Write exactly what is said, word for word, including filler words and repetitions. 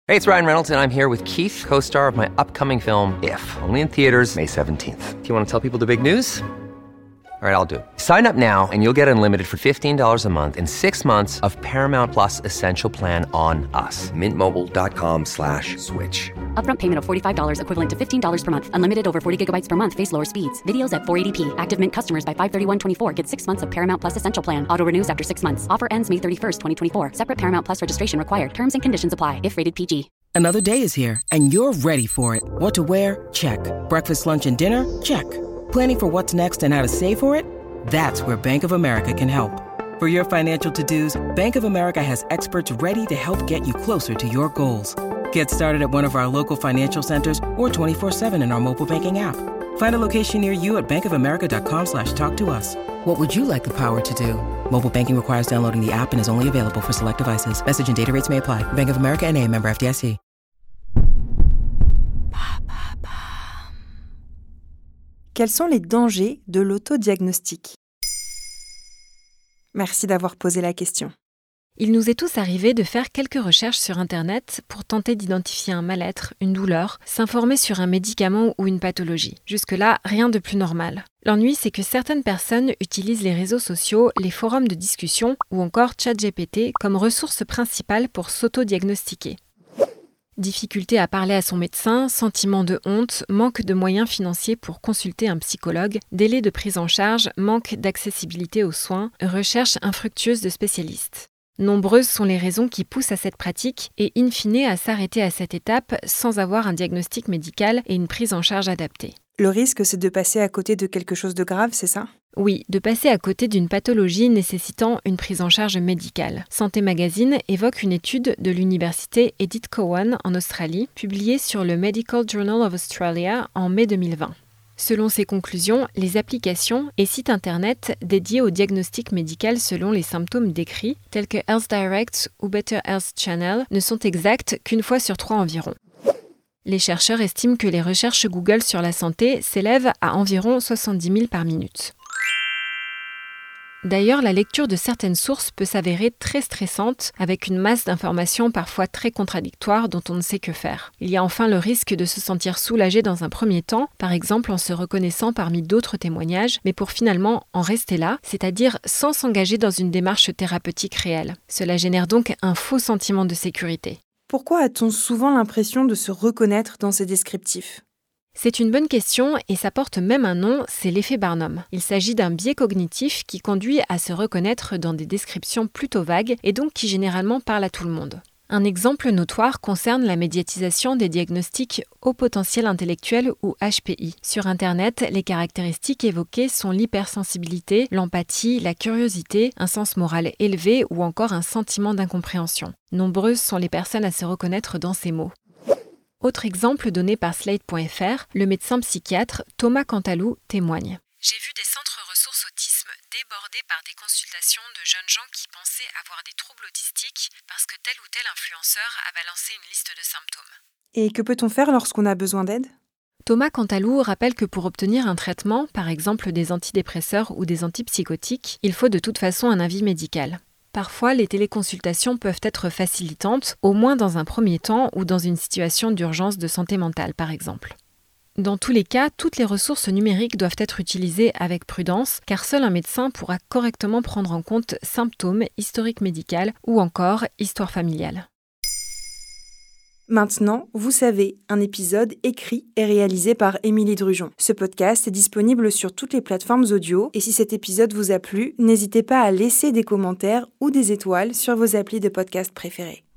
Hey, it's Ryan Reynolds, and I'm here with Keith, co-star of my upcoming film, If, only in theaters May seventeenth. Do you want to tell people the big news? All right, I'll do it. Sign up now and you'll get unlimited for fifteen dollars a month and six months of Paramount Plus Essential Plan on us. Mint Mobile dot com slash switch. Upfront payment of forty-five dollars equivalent to fifteen dollars per month. Unlimited over forty gigabytes per month. Face lower speeds. Videos at four eighty p. Active Mint customers by five thirty-one twenty-four get six months of Paramount Plus Essential Plan. Auto renews after six months. Offer ends May thirty-first, twenty twenty-four. Separate Paramount Plus registration required. Terms and conditions apply if rated P G. Another day is here, and you're ready for it. What to wear? Check. Breakfast, lunch, and dinner? Check. Planning for what's next and how to save for it? That's where Bank of America can help. For your financial to-dos, Bank of America has experts ready to help get you closer to your goals. Get started at one of our local financial centers or twenty-four seven in our mobile banking app. Find a location near you at bankofamerica.com slash talk to us. What would you like the power to do? Mobile banking requires downloading the app and is only available for select devices. Message and data rates may apply. Bank of America N A, member F D I C. Quels sont les dangers de l'autodiagnostic ? Merci d'avoir posé la question. Il nous est tous arrivé de faire quelques recherches sur Internet pour tenter d'identifier un mal-être, une douleur, s'informer sur un médicament ou une pathologie. Jusque-là, rien de plus normal. L'ennui, c'est que certaines personnes utilisent les réseaux sociaux, les forums de discussion ou encore ChatGPT comme ressource principale pour s'autodiagnostiquer. Difficulté à parler à son médecin, sentiment de honte, manque de moyens financiers pour consulter un psychologue, délai de prise en charge, manque d'accessibilité aux soins, recherche infructueuse de spécialistes. Nombreuses sont les raisons qui poussent à cette pratique et in fine à s'arrêter à cette étape sans avoir un diagnostic médical et une prise en charge adaptée. Le risque, c'est de passer à côté de quelque chose de grave, c'est ça ? Oui, de passer à côté d'une pathologie nécessitant une prise en charge médicale. Santé Magazine évoque une étude de l'université Edith Cowan en Australie, publiée sur le Medical Journal of Australia en mai deux mille vingt. Selon ses conclusions, les applications et sites internet dédiés au diagnostic médical selon les symptômes décrits, tels que Health Direct ou Better Health Channel, ne sont exacts qu'une fois sur trois environ. Les chercheurs estiment que les recherches Google sur la santé s'élèvent à environ soixante-dix mille par minute. D'ailleurs, la lecture de certaines sources peut s'avérer très stressante, avec une masse d'informations parfois très contradictoires dont on ne sait que faire. Il y a enfin le risque de se sentir soulagé dans un premier temps, par exemple en se reconnaissant parmi d'autres témoignages, mais pour finalement en rester là, c'est-à-dire sans s'engager dans une démarche thérapeutique réelle. Cela génère donc un faux sentiment de sécurité. Pourquoi a-t-on souvent l'impression de se reconnaître dans ces descriptifs ? C'est une bonne question et ça porte même un nom, c'est l'effet Barnum. Il s'agit d'un biais cognitif qui conduit à se reconnaître dans des descriptions plutôt vagues et donc qui généralement parlent à tout le monde. Un exemple notoire concerne la médiatisation des diagnostics haut potentiel intellectuel ou H P I. Sur Internet, les caractéristiques évoquées sont l'hypersensibilité, l'empathie, la curiosité, un sens moral élevé ou encore un sentiment d'incompréhension. Nombreuses sont les personnes à se reconnaître dans ces mots. Autre exemple donné par Slate point F R, le médecin psychiatre Thomas Cantalou témoigne. J'ai vu des centres ressources autisme débordés par des consultations de jeunes gens qui pensaient avoir des troubles autistiques parce que tel ou tel influenceur a balancé une liste de symptômes. Et que peut-on faire lorsqu'on a besoin d'aide ? Thomas Cantalou rappelle que pour obtenir un traitement, par exemple des antidépresseurs ou des antipsychotiques, il faut de toute façon un avis médical. Parfois, les téléconsultations peuvent être facilitantes, au moins dans un premier temps ou dans une situation d'urgence de santé mentale, par exemple. Dans tous les cas, toutes les ressources numériques doivent être utilisées avec prudence, car seul un médecin pourra correctement prendre en compte symptômes, historique médical ou encore histoire familiale. Maintenant, vous savez, un épisode écrit et réalisé par Émilie Drujon. Ce podcast est disponible sur toutes les plateformes audio et si cet épisode vous a plu, n'hésitez pas à laisser des commentaires ou des étoiles sur vos applis de podcast préférés.